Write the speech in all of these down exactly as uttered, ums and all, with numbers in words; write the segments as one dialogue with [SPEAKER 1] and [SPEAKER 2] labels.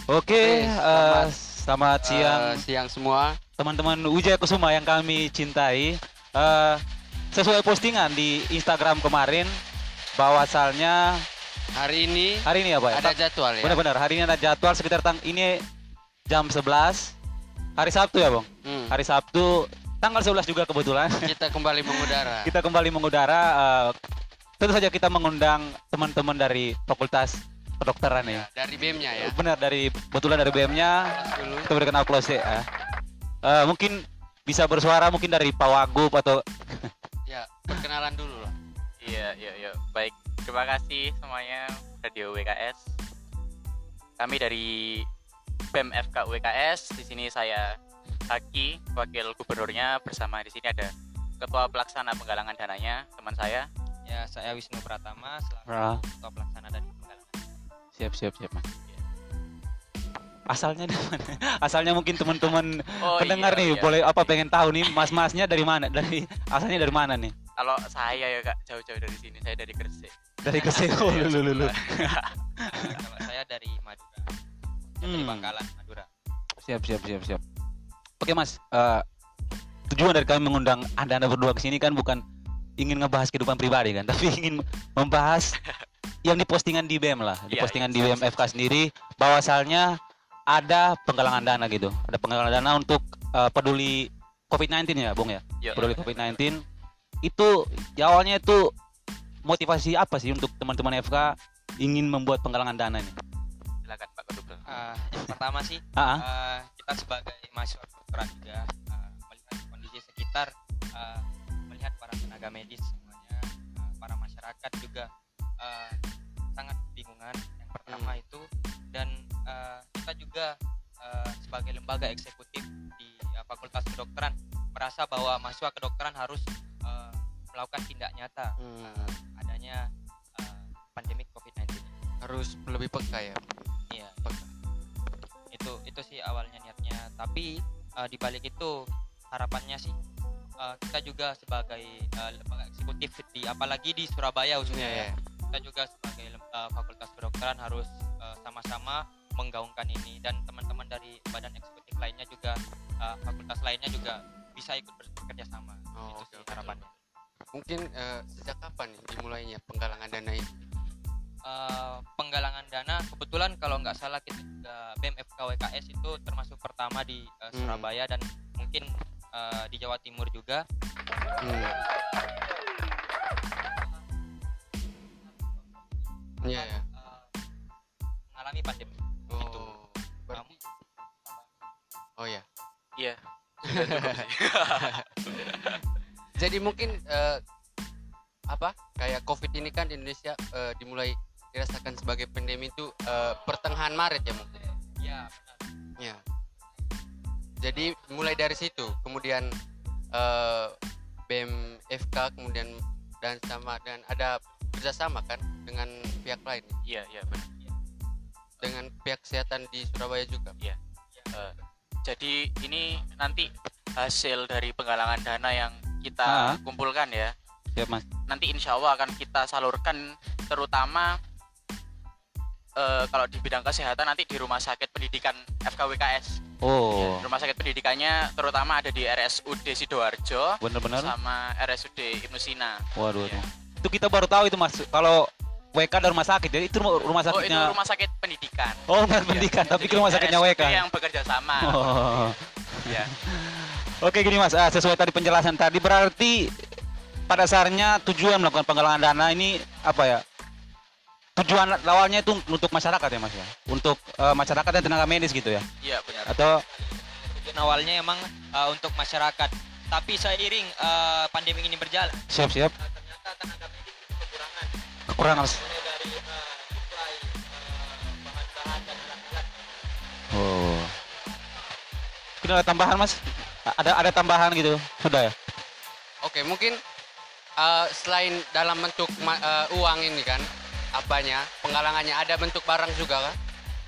[SPEAKER 1] Oke,
[SPEAKER 2] Oke,
[SPEAKER 1] eh,
[SPEAKER 2] selamat
[SPEAKER 1] selamat siang
[SPEAKER 2] eh, siang semua.
[SPEAKER 1] teman-teman Wijaya Kusuma yang kami cintai. Eh, sesuai postingan di Instagram kemarin, bahwasalnya
[SPEAKER 2] Hari ini
[SPEAKER 1] hari ini ya Pak ya?
[SPEAKER 2] ada jadwal ya.
[SPEAKER 1] Benar-benar, hari ini ada jadwal sekitar tang ini jam sebelas, hari Sabtu ya Bang?
[SPEAKER 2] Hmm,
[SPEAKER 1] Hari Sabtu, tanggal sebelas juga kebetulan.
[SPEAKER 2] Kita kembali mengudara.
[SPEAKER 1] Kita kembali mengudara, eh, tentu saja kita mengundang teman-teman dari Fakultas Kedokteran
[SPEAKER 2] Ya,
[SPEAKER 1] ya.
[SPEAKER 2] dari B E M-nya ya.
[SPEAKER 1] Benar, dari kebetulan dari B E M-nya.
[SPEAKER 2] Dulu.
[SPEAKER 1] Kita berikan aplaus ya. Eh, mungkin bisa bersuara mungkin dari Pak Wagub atau
[SPEAKER 2] Ya, perkenalan dulu lah.
[SPEAKER 3] Iya, iya, iya. Baik, terima kasih semuanya Radio W K S. Kami dari B E M F K W K S. Di sini saya Haki, wakil gubernurnya. Bersama di sini ada Ketua Pelaksana Penggalangan Dananya, teman saya.
[SPEAKER 4] Ya, saya Wisnu Pratama, selaku
[SPEAKER 1] Ah.
[SPEAKER 4] Ketua Pelaksana dari Penggalangan.
[SPEAKER 1] siap siap siap Mas. Asalnya dari mana? Asalnya mungkin teman-teman
[SPEAKER 3] Oh,
[SPEAKER 1] pendengar
[SPEAKER 3] iya,
[SPEAKER 1] nih
[SPEAKER 3] iya.
[SPEAKER 1] boleh apa pengen tahu nih mas-masnya dari mana? Dari asalnya dari mana nih?
[SPEAKER 3] Kalau saya ya Kak, jauh-jauh dari sini. Saya dari Gresik.
[SPEAKER 1] Dari Keseko lulu lulu.
[SPEAKER 4] Kalau saya dari Madura, saya dari
[SPEAKER 1] Hmm.
[SPEAKER 4] Bangkalan, Madura.
[SPEAKER 1] Siap siap siap siap. Oke Mas, eh, tujuan dari kami mengundang anda anda berdua ke sini kan bukan ingin ngebahas kehidupan pribadi kan, tapi ingin membahas yang di postingan di B E M lah, di
[SPEAKER 3] Iya,
[SPEAKER 1] postingan
[SPEAKER 3] iya,
[SPEAKER 1] di B E M F K sendiri, bahwasalnya ada penggalangan dana gitu, ada penggalangan dana untuk eh, peduli covid sembilan belas ya, Bung ya,
[SPEAKER 3] Iya.
[SPEAKER 1] peduli covid sembilan belas. Itu ya awalnya itu motivasi apa sih untuk teman-teman F K ingin membuat penggalangan dana ini?
[SPEAKER 3] Silakan Pak Kedubes.
[SPEAKER 4] Eh, yang pertama sih,
[SPEAKER 1] Ah, ah.
[SPEAKER 4] eh, kita sebagai mahasiswa kedokteran juga eh, melihat kondisi sekitar, eh, melihat para tenaga medis semuanya, eh, para masyarakat juga eh, sangat kebingungan. Yang pertama
[SPEAKER 2] Hmm.
[SPEAKER 4] itu, dan eh, kita juga eh, sebagai lembaga eksekutif di eh, Fakultas Kedokteran merasa bahwa mahasiswa kedokteran harus eh, melakukan tindak nyata
[SPEAKER 2] Hmm,
[SPEAKER 4] eh, adanya eh, pandemi covid sembilan belas ini.
[SPEAKER 2] harus lebih peka ya.
[SPEAKER 4] Iya, itu itu sih awalnya niatnya. Tapi eh, di balik itu harapannya sih eh, kita juga sebagai eh, lembaga eksekutif di apalagi di Surabaya khususnya
[SPEAKER 2] Iya,
[SPEAKER 4] ya,
[SPEAKER 2] iya.
[SPEAKER 4] kita juga sebagai lem- eh, Fakultas Kedokteran harus eh, sama-sama menggaungkan ini, dan teman-teman dari badan eksekutif lainnya juga, eh, fakultas lainnya juga bisa ikut bekerja sama.
[SPEAKER 2] Oh,
[SPEAKER 4] Itu
[SPEAKER 2] oke,
[SPEAKER 4] sih
[SPEAKER 2] oke.
[SPEAKER 4] harapannya.
[SPEAKER 2] Mungkin eh, sejak kapan nih dimulainya penggalangan dana ini?
[SPEAKER 4] Eh, penggalangan dana kebetulan kalau nggak salah kita juga B E M F K W K S itu termasuk pertama di eh,
[SPEAKER 2] Hmm.
[SPEAKER 4] Surabaya dan mungkin eh, di Jawa Timur juga.
[SPEAKER 2] Hmm. Iya, ya.
[SPEAKER 4] eh, mengalami pandemi.
[SPEAKER 2] Oh,
[SPEAKER 4] Itu.
[SPEAKER 2] berarti. Oh ya.
[SPEAKER 3] Iya. Sudah cukup sih.
[SPEAKER 2] Jadi mungkin eh, apa kayak COVID ini kan di Indonesia eh, dimulai dirasakan sebagai pandemi itu eh, pertengahan Maret ya mungkin.
[SPEAKER 4] Ya,
[SPEAKER 2] Ya. Jadi mulai dari situ, kemudian eh, B E M F K kemudian dan sama dan ada kerjasama kan dengan pihak lain,
[SPEAKER 3] Iya, iya benar.
[SPEAKER 2] dengan pihak kesehatan di Surabaya juga.
[SPEAKER 3] Eh, jadi ini nanti hasil dari penggalangan dana yang kita
[SPEAKER 1] Ah.
[SPEAKER 3] kumpulkan ya.
[SPEAKER 1] Siap Mas.
[SPEAKER 3] Nanti insya Allah akan kita salurkan terutama eh, kalau di bidang kesehatan nanti di Rumah Sakit Pendidikan F K W K S.
[SPEAKER 1] Oh,
[SPEAKER 3] Rumah sakit pendidikannya terutama ada di R S U D Sidoarjo
[SPEAKER 1] bener-bener.
[SPEAKER 3] sama R S U D Ibnu Sina.
[SPEAKER 1] Waduh,
[SPEAKER 3] Iya.
[SPEAKER 1] waduh. Itu kita baru tahu itu Mas. Kalau W K dan rumah sakit, jadi itu rumah rumah
[SPEAKER 3] Oh itu
[SPEAKER 1] sakitnya.
[SPEAKER 3] rumah sakit pendidikan.
[SPEAKER 1] Oh, bukan
[SPEAKER 3] Iya.
[SPEAKER 1] pendidikan, tapi
[SPEAKER 3] Jadi
[SPEAKER 1] ke rumah sakitnya W
[SPEAKER 3] R S U D
[SPEAKER 1] K.
[SPEAKER 3] yang bekerja sama.
[SPEAKER 1] Oh.
[SPEAKER 3] Ya.
[SPEAKER 1] Oke gini Mas, ah, sesuai tadi penjelasan tadi berarti pada dasarnya tujuan melakukan penggalangan dana ini apa ya? Tujuan awalnya itu untuk masyarakat ya Mas ya? Untuk eh, masyarakat dan tenaga medis gitu ya?
[SPEAKER 3] Iya benar.
[SPEAKER 1] Atau
[SPEAKER 4] tujuan awalnya emang eh, untuk masyarakat. Tapi seiring eh, pandemi ini berjalan,
[SPEAKER 1] siap-siap
[SPEAKER 4] eh, ternyata tenaga medis itu kekurangan.
[SPEAKER 1] kekurangan Mas?
[SPEAKER 4] Mulai dari eh, supply eh, bahan-bahan dan alat-alat.
[SPEAKER 1] Oh. Mungkin ada tambahan Mas? A- Ada ada tambahan gitu? Sudah ya?
[SPEAKER 2] Oke, mungkin eh, selain dalam bentuk ma- eh, uang ini kan, apanya penggalangannya ada bentuk barang juga kan?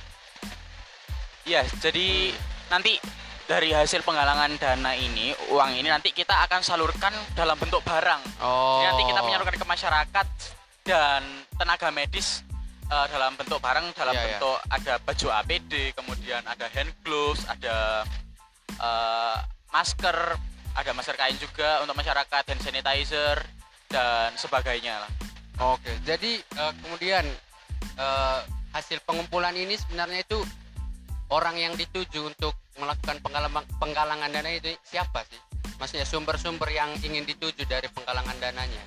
[SPEAKER 3] Iya, jadi nanti dari hasil penggalangan dana ini, uang ini nanti kita akan salurkan dalam bentuk barang.
[SPEAKER 2] Oh.
[SPEAKER 3] Jadi nanti kita menyalurkan ke masyarakat dan tenaga medis uh, dalam bentuk barang, dalam
[SPEAKER 2] Iya, iya.
[SPEAKER 3] bentuk ada baju A P D, kemudian ada hand gloves, ada uh, masker, ada masker kain juga untuk masyarakat, hand sanitizer dan sebagainya lah.
[SPEAKER 2] Oke, jadi eh, kemudian eh, hasil pengumpulan ini sebenarnya itu orang yang dituju untuk melakukan penggalangan, penggalangan dana itu siapa sih? Maksudnya sumber-sumber yang ingin dituju dari penggalangan dananya.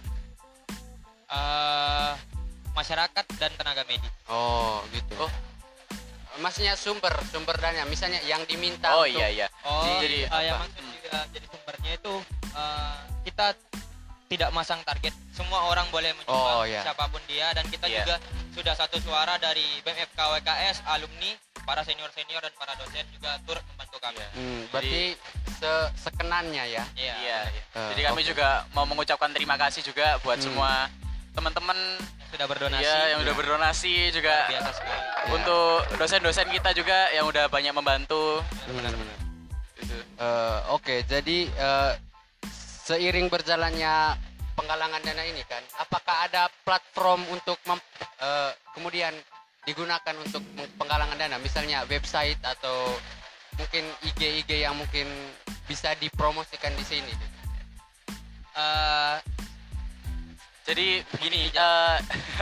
[SPEAKER 4] Eh, masyarakat dan tenaga medis.
[SPEAKER 2] Oh, gitu.
[SPEAKER 3] Oh.
[SPEAKER 2] Maksudnya sumber sumber dana, misalnya yang diminta
[SPEAKER 3] Oh
[SPEAKER 2] untuk
[SPEAKER 3] iya iya.
[SPEAKER 4] Oh,
[SPEAKER 3] Jadi,
[SPEAKER 4] jadi yang
[SPEAKER 2] apa?
[SPEAKER 4] maksud juga jadi sumbernya itu eh, kita tidak masang target, semua orang boleh
[SPEAKER 2] Oh,
[SPEAKER 4] menyumbang
[SPEAKER 2] iya.
[SPEAKER 4] siapapun dia, dan kita
[SPEAKER 3] Iya.
[SPEAKER 4] juga sudah satu suara dari B M F K W K S, alumni, para senior-senior dan para dosen juga turut membantu kami.
[SPEAKER 3] Iya.
[SPEAKER 2] Hmm, berarti se- sekenannya ya.
[SPEAKER 4] Iya.
[SPEAKER 3] Iya, iya.
[SPEAKER 2] Eh,
[SPEAKER 3] Jadi kami
[SPEAKER 2] oke.
[SPEAKER 3] juga mau mengucapkan terima kasih juga buat
[SPEAKER 2] Hmm.
[SPEAKER 3] semua teman-teman
[SPEAKER 4] Sudah berdonasi.
[SPEAKER 3] ya, yang udah
[SPEAKER 2] Iya.
[SPEAKER 3] berdonasi juga.
[SPEAKER 4] Biasa sekali.
[SPEAKER 2] Iya.
[SPEAKER 3] Untuk dosen-dosen kita juga yang udah banyak membantu.
[SPEAKER 2] Benar-benar.
[SPEAKER 3] Gitu.
[SPEAKER 2] Eh, Oke, jadi eh, seiring berjalannya penggalangan dana ini kan, apakah ada platform untuk mem- eh, kemudian digunakan untuk meng- penggalangan dana, misalnya website atau mungkin I G I G yang mungkin bisa dipromosikan di sini?
[SPEAKER 4] Eh,
[SPEAKER 3] Jadi begini, eh,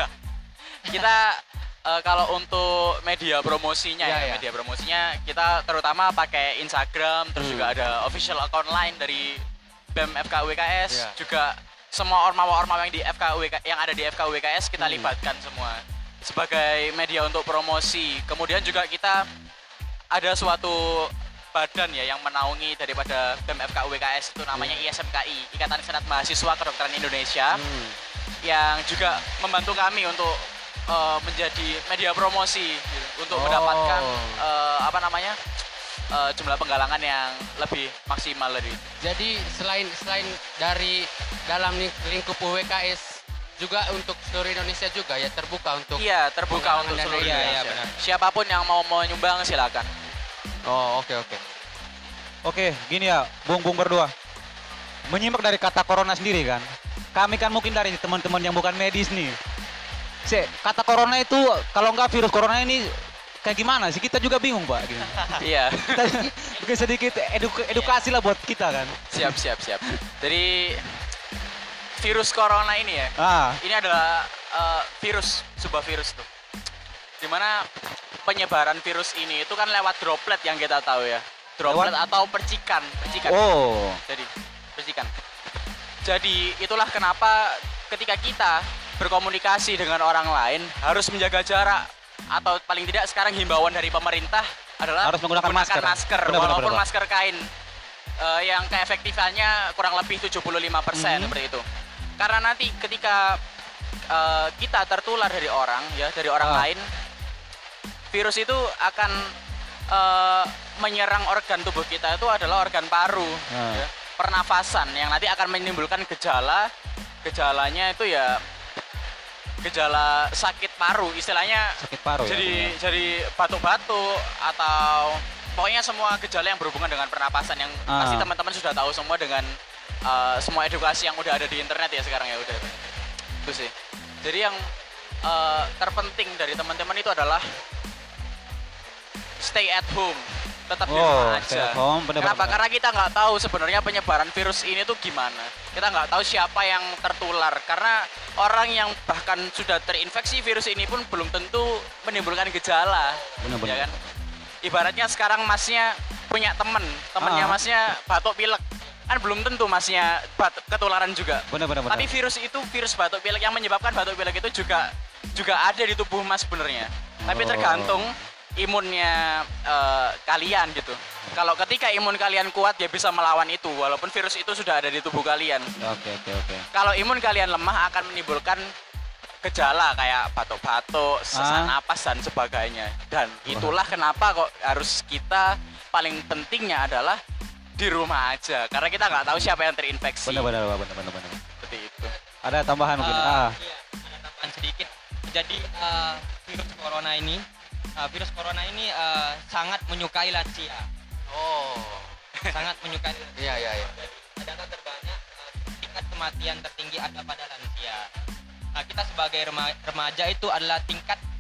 [SPEAKER 3] kita eh, kalau untuk media promosinya
[SPEAKER 2] Iya,
[SPEAKER 3] ya,
[SPEAKER 2] iya.
[SPEAKER 3] media promosinya kita terutama pakai Instagram, terus
[SPEAKER 2] Hmm.
[SPEAKER 3] juga ada official account line dari B E M F K U W K S,
[SPEAKER 2] Iya.
[SPEAKER 3] juga semua ormawa-ormawa yang di F K U W K yang ada di F K U W K S kita
[SPEAKER 2] Hmm.
[SPEAKER 3] libatkan semua sebagai media untuk promosi. Kemudian juga kita ada suatu badan ya yang menaungi daripada B E M F K U W K S, itu namanya I S M K I, Ikatan Senat Mahasiswa Kedokteran Indonesia,
[SPEAKER 2] Hmm.
[SPEAKER 3] yang juga membantu kami untuk eh, menjadi media promosi gitu, untuk
[SPEAKER 2] Oh.
[SPEAKER 3] mendapatkan eh, apa namanya eh, jumlah penggalangan yang lebih maksimal tadi.
[SPEAKER 2] Jadi selain selain dari dalam ling- lingkup U W K S, juga untuk seluruh Indonesia juga ya, terbuka untuk.
[SPEAKER 3] Iya, terbuka
[SPEAKER 2] Penggalangan
[SPEAKER 3] untuk
[SPEAKER 2] dana
[SPEAKER 3] seluruh
[SPEAKER 2] ini,
[SPEAKER 4] iya,
[SPEAKER 3] Indonesia.
[SPEAKER 4] iya, benar.
[SPEAKER 3] Siapapun yang mau menyumbang silakan.
[SPEAKER 2] Oh, oke oke.
[SPEAKER 1] Oke, gini ya, Bung Bung berdua. Menyimak dari kata corona sendiri kan. Kami kan mungkin dari teman-teman yang bukan medis nih. Se, kata corona itu kalau nggak virus corona ini kayak gimana sih? Kita juga bingung, Pak. Gitu.
[SPEAKER 3] Iya.
[SPEAKER 1] Kita mungkin sedikit eduk- edukasi lah buat kita kan.
[SPEAKER 3] Siap, siap, siap. Jadi virus corona ini ya,
[SPEAKER 1] Ah,
[SPEAKER 3] ini adalah eh, virus, sebuah virus tuh. Dimana penyebaran virus ini itu kan lewat droplet yang kita tahu ya. Droplet
[SPEAKER 1] Lewat?
[SPEAKER 3] atau percikan, percikan.
[SPEAKER 1] oh,
[SPEAKER 3] Jadi percikan. Jadi itulah kenapa ketika kita berkomunikasi dengan orang lain harus menjaga jarak, atau paling tidak sekarang himbauan dari pemerintah adalah
[SPEAKER 1] Harus menggunakan masker.
[SPEAKER 3] masker
[SPEAKER 1] Benar, benar,
[SPEAKER 3] walaupun
[SPEAKER 1] benar, Pak.
[SPEAKER 3] masker kain eh, yang keefektifannya kurang lebih tujuh puluh lima persen
[SPEAKER 1] Mhm.
[SPEAKER 3] seperti itu. Karena nanti ketika eh, kita tertular dari orang ya, dari orang
[SPEAKER 1] Ah.
[SPEAKER 3] lain, virus itu akan eh, menyerang organ tubuh kita, itu adalah organ paru,
[SPEAKER 1] Ah.
[SPEAKER 3] ya, pernafasan, yang nanti akan menimbulkan gejala. Gejalanya itu ya gejala sakit paru, istilahnya
[SPEAKER 1] sakit paru ya.
[SPEAKER 3] jadi
[SPEAKER 1] benar.
[SPEAKER 3] jadi batuk-batuk, atau pokoknya semua gejala yang berhubungan dengan pernapasan yang
[SPEAKER 1] Ah.
[SPEAKER 3] pasti teman-teman sudah tahu semua dengan eh, semua edukasi yang udah ada di internet ya sekarang ya udah. Itu sih. Jadi yang eh, terpenting dari teman-teman itu adalah stay at home, tetap di
[SPEAKER 1] Oh,
[SPEAKER 3] rumah
[SPEAKER 1] stay
[SPEAKER 3] aja.
[SPEAKER 1] at home, benar-benar.
[SPEAKER 3] Kenapa? Karena kita nggak tahu sebenarnya penyebaran virus ini tuh gimana. Kita nggak tahu siapa yang tertular. Karena orang yang bahkan sudah terinfeksi virus ini pun belum tentu menimbulkan gejala.
[SPEAKER 1] Benar-benar.
[SPEAKER 3] Ya kan? Ibaratnya sekarang masnya punya temen, temennya
[SPEAKER 1] Ah.
[SPEAKER 3] masnya batuk pilek, kan belum tentu masnya batuk, ketularan juga.
[SPEAKER 1] Benar-benar.
[SPEAKER 3] Tapi virus itu, virus batuk pilek yang menyebabkan batuk pilek itu juga juga ada di tubuh mas sebenarnya. Tapi
[SPEAKER 1] Oh.
[SPEAKER 3] tergantung imunnya eh, kalian gitu. Kalau ketika imun kalian kuat, ya bisa melawan itu, walaupun virus itu sudah ada di tubuh kalian.
[SPEAKER 1] Oke, oke, oke.
[SPEAKER 3] Kalau imun kalian lemah, akan menimbulkan gejala kayak batuk-batuk, sesak
[SPEAKER 1] Ah.
[SPEAKER 3] napas dan sebagainya. Dan itulah kenapa kok harus kita, paling pentingnya adalah di rumah aja, karena kita nggak tahu siapa yang terinfeksi.
[SPEAKER 1] Benar-benar, Pak, benar-benar. benar.
[SPEAKER 3] Seperti itu.
[SPEAKER 1] Ada tambahan mungkin.
[SPEAKER 4] Eh,
[SPEAKER 1] Ah,
[SPEAKER 4] iya, ada tambahan sedikit. Jadi eh, virus corona ini, eh, virus corona ini eh, sangat menyukai lansia,
[SPEAKER 2] Oh.
[SPEAKER 4] sangat menyukai lansia.
[SPEAKER 2] Iya iya iya.
[SPEAKER 4] Jadi data terbanyak eh, tingkat kematian tertinggi ada pada lansia. Nah, kita sebagai rema- remaja itu adalah tingkat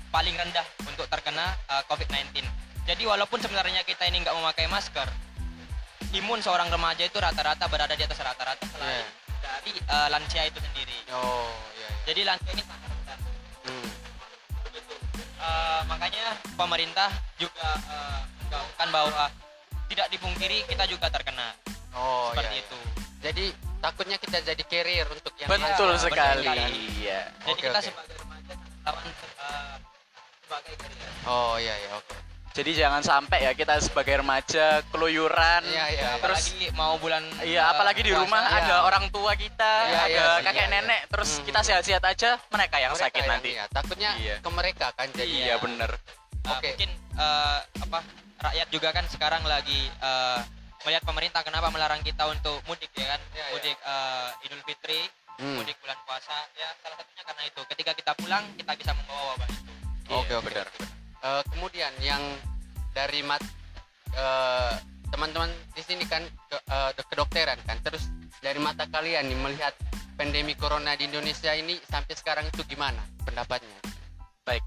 [SPEAKER 4] paling rendah untuk terkena uh, covid sembilan belas. Jadi walaupun sebenarnya kita ini nggak memakai masker, imun seorang remaja itu rata-rata berada di atas rata-rata selain
[SPEAKER 2] Yeah.
[SPEAKER 4] dari uh, lansia itu sendiri.
[SPEAKER 2] Oh, iya. iya.
[SPEAKER 4] Jadi lansia ini sangat rendah.
[SPEAKER 2] Hmm.
[SPEAKER 4] Begitu. Uh, makanya pemerintah juga uh, menggaungkan bahwa tidak dipungkiri kita juga terkena.
[SPEAKER 2] Oh,
[SPEAKER 4] Seperti
[SPEAKER 2] iya, iya.
[SPEAKER 4] itu.
[SPEAKER 2] Jadi takutnya kita jadi carrier untuk yang
[SPEAKER 3] Betul
[SPEAKER 2] lain.
[SPEAKER 3] sekali.
[SPEAKER 4] benar sekali.
[SPEAKER 3] Iya.
[SPEAKER 4] Jadi
[SPEAKER 2] Oke,
[SPEAKER 4] kita
[SPEAKER 2] oke.
[SPEAKER 4] sebagai remaja lawan uh, sebagai karier.
[SPEAKER 2] Oh, iya iya, oke.
[SPEAKER 3] Jadi jangan sampai ya kita sebagai remaja keluyuran.
[SPEAKER 2] Iya, iya.
[SPEAKER 3] Terus
[SPEAKER 4] Apalagi mau bulan
[SPEAKER 3] iya,
[SPEAKER 4] uh,
[SPEAKER 3] apalagi di
[SPEAKER 4] puasa,
[SPEAKER 3] rumah
[SPEAKER 2] iya.
[SPEAKER 3] ada orang tua kita,
[SPEAKER 2] Iya,
[SPEAKER 3] ada
[SPEAKER 2] iya,
[SPEAKER 3] kakek
[SPEAKER 2] iya,
[SPEAKER 3] nenek, terus
[SPEAKER 2] Hmm.
[SPEAKER 3] kita sehat-sehat aja, mereka yang
[SPEAKER 2] Mereka
[SPEAKER 3] sakit
[SPEAKER 2] yang-
[SPEAKER 3] nanti.
[SPEAKER 2] iya, takutnya
[SPEAKER 3] Iya.
[SPEAKER 2] ke mereka kan jadi.
[SPEAKER 3] Iya, bener.
[SPEAKER 4] Uh,
[SPEAKER 2] Oke.
[SPEAKER 4] Mungkin uh, apa rakyat juga kan sekarang lagi uh, melihat pemerintah kenapa melarang kita untuk mudik ya kan,
[SPEAKER 2] Ya, ya.
[SPEAKER 4] mudik uh, Idul Fitri,
[SPEAKER 2] Hmm.
[SPEAKER 4] mudik bulan puasa ya salah satunya karena itu. Ketika kita pulang kita bisa membawa wabah itu.
[SPEAKER 2] Oke, oke.
[SPEAKER 3] benar.
[SPEAKER 2] Eh, kemudian yang dari mat eh, teman-teman di sini kan ke, eh, kedokteran kan. Terus dari mata kalian nih melihat pandemi corona di Indonesia ini sampai sekarang itu gimana pendapatnya?
[SPEAKER 3] Baik.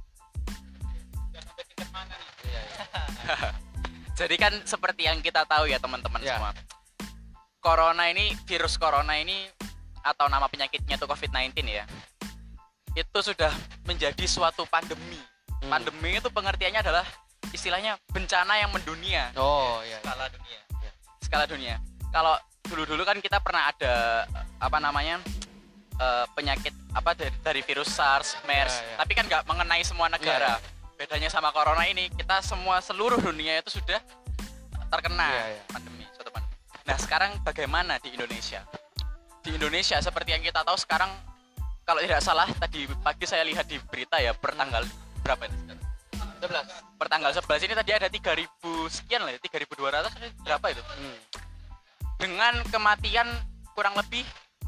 [SPEAKER 2] Iya, iya.
[SPEAKER 3] Jadi kan seperti yang kita tahu ya teman-teman
[SPEAKER 2] Ya.
[SPEAKER 3] semua. Corona ini, virus corona ini atau nama penyakitnya itu covid sembilan belas ya. Itu sudah menjadi suatu pandemi.
[SPEAKER 2] Hmm.
[SPEAKER 3] Pandemi itu pengertiannya adalah istilahnya bencana yang mendunia,
[SPEAKER 2] Oh, iya. iya.
[SPEAKER 4] Skala dunia.
[SPEAKER 3] skala dunia. Kalau dulu-dulu kan kita pernah ada apa namanya eh, penyakit apa dari, dari virus SARS, MERS,
[SPEAKER 2] Ya, ya.
[SPEAKER 3] tapi kan nggak mengenai semua negara.
[SPEAKER 2] Ya,
[SPEAKER 3] Bedanya sama corona ini, kita semua seluruh dunia itu sudah terkena
[SPEAKER 2] Ya, ya.
[SPEAKER 3] pandemi, suatu pandemi. Nah sekarang bagaimana di Indonesia? Di Indonesia seperti yang kita tahu sekarang, kalau tidak salah tadi pagi saya lihat di berita ya per tanggal berapa ini sekarang?
[SPEAKER 2] sebelas.
[SPEAKER 3] Per tanggal sebelas ini tadi ada tiga ribu sekian lah ya, tiga ribu dua ratus berapa itu?
[SPEAKER 2] Hmm.
[SPEAKER 3] Dengan kematian kurang lebih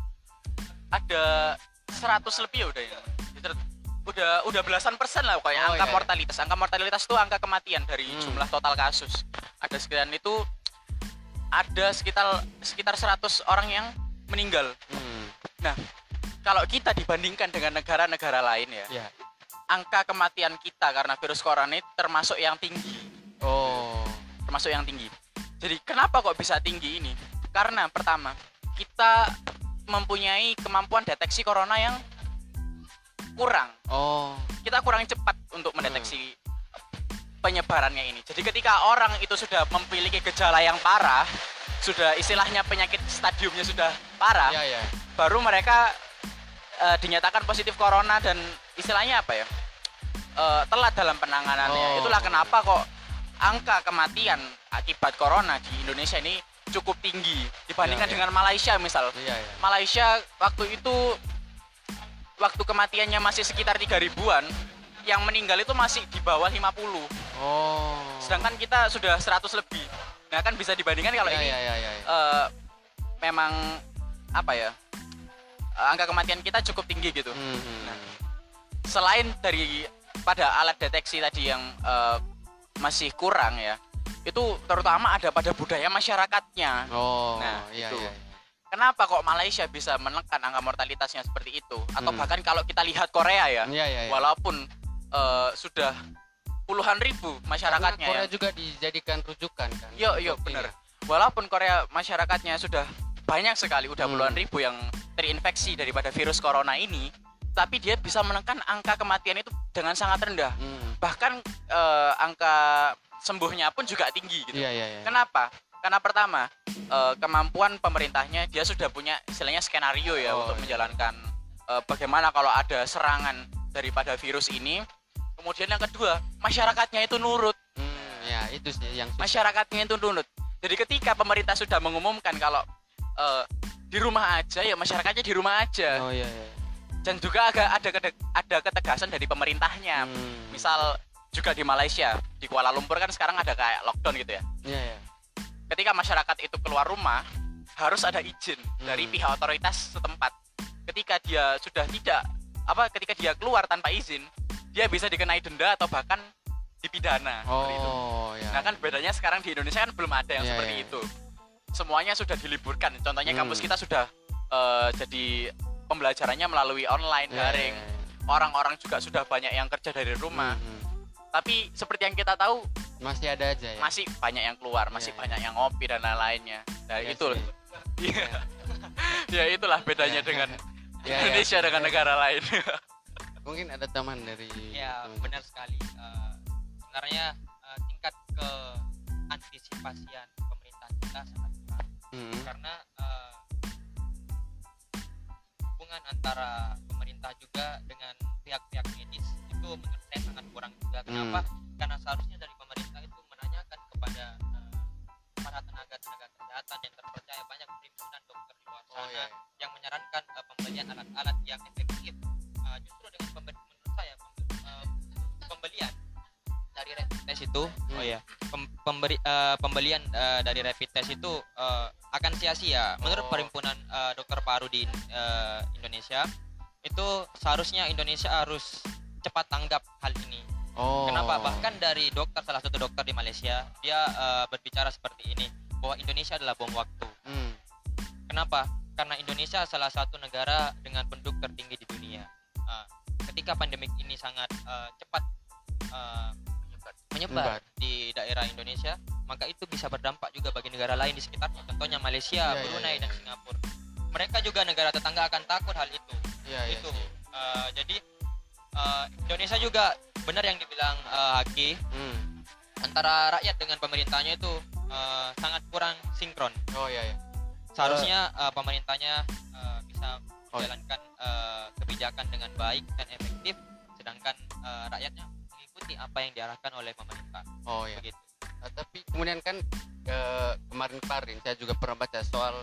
[SPEAKER 3] ada seratus lebih ya udah ya. Udah udah belasan persen lah pokoknya
[SPEAKER 2] Oh,
[SPEAKER 3] angka
[SPEAKER 2] iya, iya.
[SPEAKER 3] mortalitas. Angka mortalitas itu angka kematian dari
[SPEAKER 2] Hmm.
[SPEAKER 3] jumlah total kasus. Ada sekian itu ada sekitar sekitar seratus orang yang meninggal.
[SPEAKER 2] Hmm.
[SPEAKER 3] Kalau kita dibandingkan dengan negara-negara lain ya,
[SPEAKER 2] Ya.
[SPEAKER 3] angka kematian kita karena virus corona ini termasuk yang tinggi.
[SPEAKER 2] Oh.
[SPEAKER 3] termasuk yang tinggi. Jadi kenapa kok bisa tinggi ini? Karena pertama, kita mempunyai kemampuan deteksi corona yang kurang.
[SPEAKER 2] Oh.
[SPEAKER 3] Kita kurang cepat untuk mendeteksi penyebarannya ini. Jadi ketika orang itu sudah memiliki gejala yang parah, sudah istilahnya penyakit stadiumnya sudah parah,
[SPEAKER 2] Ya, ya.
[SPEAKER 3] baru mereka eh, dinyatakan positif corona dan istilahnya apa ya? Eh, telat dalam penanganannya.
[SPEAKER 2] Oh.
[SPEAKER 3] Itulah kenapa kok angka kematian akibat corona di Indonesia ini cukup tinggi dibandingkan
[SPEAKER 2] Ya, ya.
[SPEAKER 3] dengan Malaysia misal.
[SPEAKER 2] Iya, iya.
[SPEAKER 3] Malaysia waktu itu waktu kematiannya masih sekitar tiga ribuan, yang meninggal itu masih di bawah lima puluh.
[SPEAKER 2] Oh.
[SPEAKER 3] Sedangkan kita sudah seratus lebih. Nah, kan bisa dibandingkan kalau
[SPEAKER 2] ya,
[SPEAKER 3] ini
[SPEAKER 2] ya, ya, ya, ya.
[SPEAKER 3] eh, memang apa ya? eh, angka kematian kita cukup tinggi gitu.
[SPEAKER 2] Hmm, hmm.
[SPEAKER 3] Nah, selain dari pada alat deteksi tadi yang eh, masih kurang ya, itu terutama ada pada budaya masyarakatnya.
[SPEAKER 2] Oh,
[SPEAKER 3] Nah,
[SPEAKER 2] iya,
[SPEAKER 3] itu.
[SPEAKER 2] iya, iya.
[SPEAKER 3] Kenapa kok Malaysia bisa menekan angka mortalitasnya seperti itu? Atau
[SPEAKER 2] Hmm.
[SPEAKER 3] bahkan kalau kita lihat Korea ya,
[SPEAKER 2] Iya, iya, iya.
[SPEAKER 3] walaupun eh, sudah puluhan ribu
[SPEAKER 2] Karena
[SPEAKER 3] masyarakatnya
[SPEAKER 2] Korea
[SPEAKER 3] ya.
[SPEAKER 2] juga dijadikan rujukan kan.
[SPEAKER 3] Yo yo
[SPEAKER 2] Untuk
[SPEAKER 3] benar.
[SPEAKER 2] ini.
[SPEAKER 3] Walaupun Korea masyarakatnya sudah banyak sekali, udah
[SPEAKER 2] Hmm.
[SPEAKER 3] puluhan ribu yang terinfeksi daripada virus corona ini, tapi dia bisa menekan angka kematian itu dengan sangat rendah.
[SPEAKER 2] Hmm.
[SPEAKER 3] Bahkan eh, angka sembuhnya pun juga tinggi gitu.
[SPEAKER 2] Iya, iya, iya.
[SPEAKER 3] Kenapa? Karena pertama eh, kemampuan pemerintahnya, dia sudah punya istilahnya skenario ya
[SPEAKER 2] Oh,
[SPEAKER 3] untuk
[SPEAKER 2] iya.
[SPEAKER 3] menjalankan eh, bagaimana kalau ada serangan daripada virus ini. Kemudian yang kedua, masyarakatnya itu nurut.
[SPEAKER 2] Hmm, ya itu sih yang susah.
[SPEAKER 3] Masyarakatnya itu nurut. Jadi ketika pemerintah sudah mengumumkan kalau eh, di rumah aja ya masyarakatnya di rumah aja.
[SPEAKER 2] Oh, iya, iya.
[SPEAKER 3] Dan juga agak ada kede- ada ketegasan dari pemerintahnya.
[SPEAKER 2] Hmm.
[SPEAKER 3] Misal juga di Malaysia, di Kuala Lumpur kan sekarang ada kayak lockdown gitu ya.
[SPEAKER 2] Iya, iya.
[SPEAKER 3] Ketika masyarakat itu keluar rumah harus ada izin dari
[SPEAKER 2] Hmm.
[SPEAKER 3] pihak otoritas setempat. Ketika dia sudah tidak apa ketika dia keluar tanpa izin, dia bisa dikenai denda atau bahkan dipidana seperti itu.
[SPEAKER 2] Oh, ya.
[SPEAKER 3] Nah kan bedanya sekarang di Indonesia kan belum ada yang
[SPEAKER 2] Iya,
[SPEAKER 3] seperti
[SPEAKER 2] iya.
[SPEAKER 3] itu. Semuanya sudah diliburkan. Contohnya
[SPEAKER 2] Hmm.
[SPEAKER 3] kampus kita sudah eh, jadi pembelajarannya melalui online
[SPEAKER 2] Iya,
[SPEAKER 3] daring.
[SPEAKER 2] iya, iya.
[SPEAKER 3] orang-orang juga sudah banyak yang kerja dari rumah.
[SPEAKER 2] Hmm, hmm.
[SPEAKER 3] Tapi seperti yang kita tahu
[SPEAKER 2] Masih ada aja ya.
[SPEAKER 3] masih banyak yang keluar, masih
[SPEAKER 2] Iya,
[SPEAKER 3] banyak yang ngopi dan lain-lainnya. Nah,
[SPEAKER 2] Iya
[SPEAKER 3] itu
[SPEAKER 2] sih.
[SPEAKER 3] Iya. Ya itulah bedanya
[SPEAKER 2] Iya.
[SPEAKER 3] dengan
[SPEAKER 2] Ya, ya.
[SPEAKER 3] Indonesia dengan negara lain.
[SPEAKER 2] Mungkin ada teman dari
[SPEAKER 4] Ya
[SPEAKER 2] teman-
[SPEAKER 4] benar sekali. Eh, sebenarnya eh, tingkat ke antisipasian pemerintah kita sangat kurang
[SPEAKER 2] Hmm.
[SPEAKER 4] karena eh, hubungan antara pemerintah juga dengan pihak-pihak medis itu menurut saya sangat kurang juga. Kenapa? Karena seharusnya dari pemerintah itu menanyakan kepada eh, para tenaga-tenaga kesehatan yang terpercaya, banyak perhimpunan dokter di luar sana
[SPEAKER 2] Oh iya.
[SPEAKER 4] yang menyarankan eh, pembelian alat-alat yang efektif. Eh, justru dengan pembe- menurut saya pem- eh, pembelian dari rapid test itu,
[SPEAKER 2] Hmm.
[SPEAKER 4] oh ya, pem- pemberi eh, pembelian eh, dari rapid test itu eh, akan sia-sia. Menurut
[SPEAKER 2] Oh.
[SPEAKER 4] perhimpunan eh, dokter paru di eh, Indonesia, itu seharusnya Indonesia harus cepat tanggap hal ini.
[SPEAKER 2] Oh.
[SPEAKER 4] Kenapa? Bahkan dari dokter, salah satu dokter di Malaysia, dia eh, berbicara seperti ini, bahwa Indonesia adalah bom waktu.
[SPEAKER 2] Hmm.
[SPEAKER 4] Kenapa? Karena Indonesia salah satu negara dengan penduduk tertinggi di dunia. Nah, ketika pandemik ini sangat eh, cepat eh, menyebar
[SPEAKER 2] Menyebar.
[SPEAKER 4] di daerah Indonesia, maka itu bisa berdampak juga bagi negara lain di sekitarnya. Contohnya Malaysia,
[SPEAKER 2] Iya, iya,
[SPEAKER 4] Brunei,
[SPEAKER 2] iya.
[SPEAKER 4] dan Singapura. Mereka juga negara tetangga akan takut hal itu.
[SPEAKER 2] Iya, iya
[SPEAKER 4] itu.
[SPEAKER 2] sih.
[SPEAKER 4] Eh, jadi eh, Indonesia juga benar yang dibilang eh, Haki,
[SPEAKER 2] Hmm.
[SPEAKER 4] antara rakyat dengan pemerintahnya itu eh, sangat kurang sinkron.
[SPEAKER 2] Oh iya ya.
[SPEAKER 4] Seharusnya eh, pemerintahnya eh, bisa
[SPEAKER 2] Oh.
[SPEAKER 4] menjalankan eh, kebijakan dengan baik dan efektif, sedangkan eh, rakyatnya mengikuti apa yang diarahkan oleh pemerintah.
[SPEAKER 2] Oh iya.
[SPEAKER 4] Begitu.
[SPEAKER 2] Uh, tapi kemudian kan uh, kemarin-kemarin saya juga pernah baca soal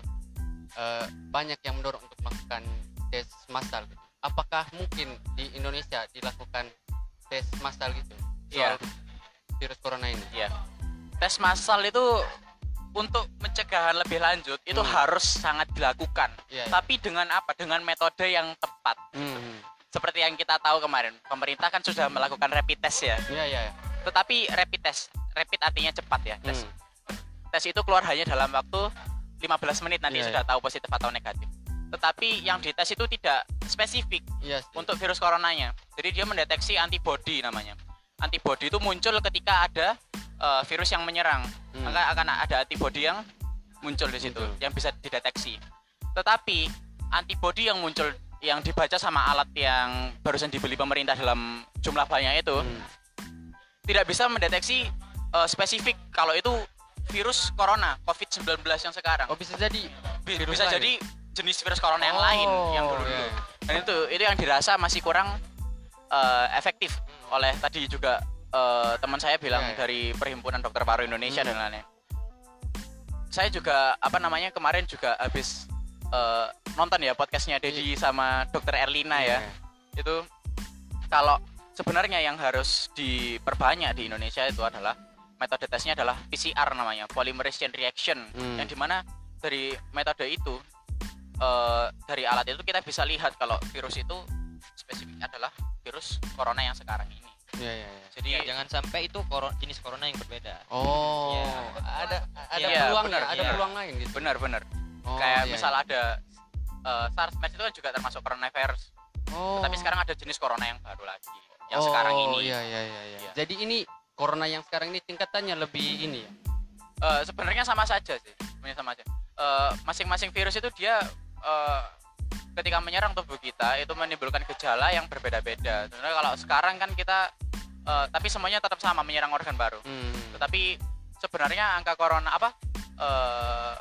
[SPEAKER 2] uh, banyak yang mendorong untuk melakukan tes massal gitu. Apakah mungkin di Indonesia dilakukan tes massal gitu soal
[SPEAKER 3] Iya.
[SPEAKER 2] virus corona ini?
[SPEAKER 3] Iya. Tes massal itu untuk pencegahan lebih lanjut itu
[SPEAKER 2] Hmm.
[SPEAKER 3] harus sangat dilakukan.
[SPEAKER 2] Iya. iya.
[SPEAKER 3] Tapi dengan apa? Dengan metode yang tepat.
[SPEAKER 2] Hmm.
[SPEAKER 3] Seperti yang kita tahu kemarin, pemerintah kan sudah melakukan rapid test ya.
[SPEAKER 2] Iya iya. iya.
[SPEAKER 3] Tetapi rapid test, rapid artinya cepat ya. Tes,
[SPEAKER 2] Hmm.
[SPEAKER 3] tes itu keluar hanya dalam waktu lima belas menit, nanti
[SPEAKER 2] Iya,
[SPEAKER 3] sudah tahu positif atau negatif. Tetapi yang dites itu tidak spesifik
[SPEAKER 2] Iya sih.
[SPEAKER 3] untuk virus coronanya. Jadi dia mendeteksi antibody namanya. Antibody itu muncul ketika ada uh, virus yang menyerang.
[SPEAKER 2] Hmm.
[SPEAKER 3] Maka akan ada antibody yang muncul di situ,
[SPEAKER 2] Muncul.
[SPEAKER 3] yang bisa dideteksi. Tetapi antibody yang muncul yang dibaca sama alat yang barusan dibeli pemerintah dalam jumlah banyak itu
[SPEAKER 2] Hmm.
[SPEAKER 3] tidak bisa mendeteksi uh, spesifik kalau itu virus corona covid sembilan belas yang sekarang.
[SPEAKER 2] Oh bisa jadi
[SPEAKER 3] Bi-
[SPEAKER 2] virus
[SPEAKER 3] bisa
[SPEAKER 2] lain?
[SPEAKER 3] jadi jenis virus corona yang
[SPEAKER 2] Oh,
[SPEAKER 3] lain yang dulu.
[SPEAKER 2] iya.
[SPEAKER 3] Dan itu itu yang dirasa masih kurang uh, efektif oleh tadi juga uh, teman saya bilang
[SPEAKER 2] Iya, iya.
[SPEAKER 3] dari Perhimpunan Dokter Paru Indonesia
[SPEAKER 2] Hmm.
[SPEAKER 3] dan lain-lain. Saya juga apa namanya kemarin juga habis uh, nonton ya podcastnya Dedi sama Dokter Erlina ya.
[SPEAKER 2] Iya.
[SPEAKER 3] Itu kalau sebenarnya yang harus diperbanyak di Indonesia itu adalah metode tesnya adalah P C R namanya, polymerase chain reaction,
[SPEAKER 2] Hmm.
[SPEAKER 3] yang dimana dari metode itu eh, dari alat itu kita bisa lihat kalau virus itu spesifik adalah virus corona yang sekarang ini.
[SPEAKER 2] Iya iya iya.
[SPEAKER 3] Jadi
[SPEAKER 4] Ya, jangan sampai itu koro- jenis corona yang berbeda.
[SPEAKER 2] Oh,
[SPEAKER 4] Iya.
[SPEAKER 2] ada ada
[SPEAKER 3] Iya,
[SPEAKER 2] peluang
[SPEAKER 3] benar,
[SPEAKER 2] ya, ada
[SPEAKER 3] iya.
[SPEAKER 2] peluang lain gitu.
[SPEAKER 3] benar-benar
[SPEAKER 2] Oh,
[SPEAKER 3] kayak
[SPEAKER 2] iya,
[SPEAKER 3] misal
[SPEAKER 2] iya.
[SPEAKER 3] ada eh, SARS MERS itu kan juga termasuk coronavirus.
[SPEAKER 2] Oh.
[SPEAKER 3] Tapi sekarang ada jenis corona yang baru lagi yang
[SPEAKER 2] oh,
[SPEAKER 3] sekarang ini.
[SPEAKER 2] Iya iya iya iya.
[SPEAKER 3] Iya.
[SPEAKER 2] Jadi ini corona yang sekarang ini tingkatannya lebih ini ya.
[SPEAKER 3] Eh, sebenarnya sama saja sih, sebenarnya sama aja. Eh, masing-masing virus itu dia eh, ketika menyerang tubuh kita itu menimbulkan gejala yang berbeda-beda. Sebenarnya kalau sekarang kan kita, eh, tapi semuanya tetap sama menyerang organ baru.
[SPEAKER 2] Hmm.
[SPEAKER 3] Tetapi sebenarnya angka corona apa? Eh,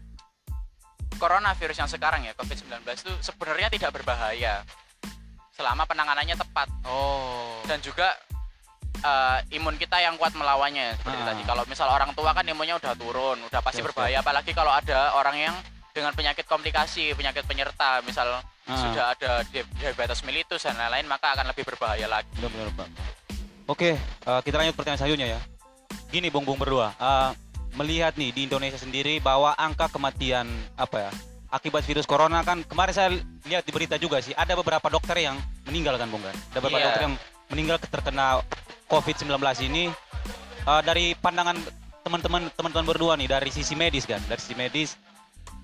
[SPEAKER 3] coronavirus yang sekarang ya covid sembilan belas itu sebenarnya tidak berbahaya selama penanganannya tepat
[SPEAKER 2] Oh.
[SPEAKER 3] dan juga eh, imun kita yang kuat melawannya seperti
[SPEAKER 1] Ah.
[SPEAKER 3] tadi. Kalau misal orang tua kan imunnya udah turun, udah pasti
[SPEAKER 2] Betul.
[SPEAKER 3] berbahaya. Apalagi kalau ada orang yang dengan penyakit komplikasi, penyakit penyerta, misal
[SPEAKER 1] Ah.
[SPEAKER 3] sudah ada di- diabetes mellitus dan lain-lain, maka akan lebih berbahaya lagi.
[SPEAKER 1] Benar-benar Pak. Oke, eh, kita lanjut pertanyaan selanjutnya ya. Gini Bung Bung berdua, eh, melihat nih di Indonesia sendiri bahwa angka kematian apa ya akibat virus corona kan kemarin saya lihat di berita juga sih ada beberapa dokter yang meninggal kan Bung kan. Ada beberapa
[SPEAKER 3] Iya.
[SPEAKER 1] dokter yang meninggal terkena covid sembilan belas ini. Eh, dari pandangan teman-teman teman-teman berdua nih dari sisi medis kan, dari sisi medis